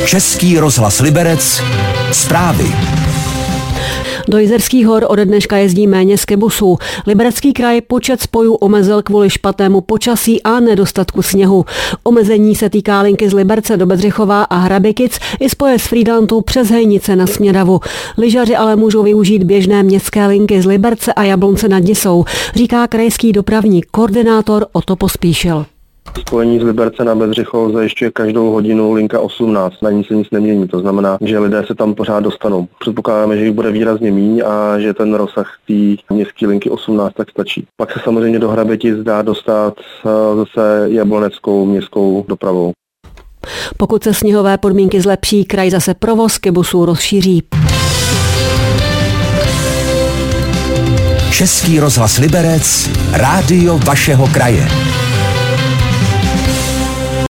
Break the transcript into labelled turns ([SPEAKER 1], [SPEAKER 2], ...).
[SPEAKER 1] Český rozhlas Liberec, zprávy.
[SPEAKER 2] Do Jizerských hor ode dneška jezdí méně skibusů. Liberecký kraj počet spojů omezil kvůli špatnému počasí a nedostatku sněhu. Omezení se týká linky z Liberce do Bedřichova a Hrabětic i spoje z Frýdlantu přes Hejnice na Smědavu. Lyžaři ale můžou využít běžné městské linky z Liberce a Jablonce nad Nisou, říká krajský dopravní koordinátor Otto Pospíšil.
[SPEAKER 3] Spojení z Liberce na Bedřichov zajišťuje každou hodinu linka 18, na ní se nic nemění, to znamená, že lidé se tam pořád dostanou. Předpokládáme, že jich bude výrazně míň a že ten rozsah té městské linky 18 tak stačí. Pak se samozřejmě do Hrabětic dá dostat zase jabloneckou městskou dopravou.
[SPEAKER 2] Pokud se sněhové podmínky zlepší, kraj zase provoz skibusů rozšíří.
[SPEAKER 1] Český rozhlas Liberec, rádio vašeho kraje.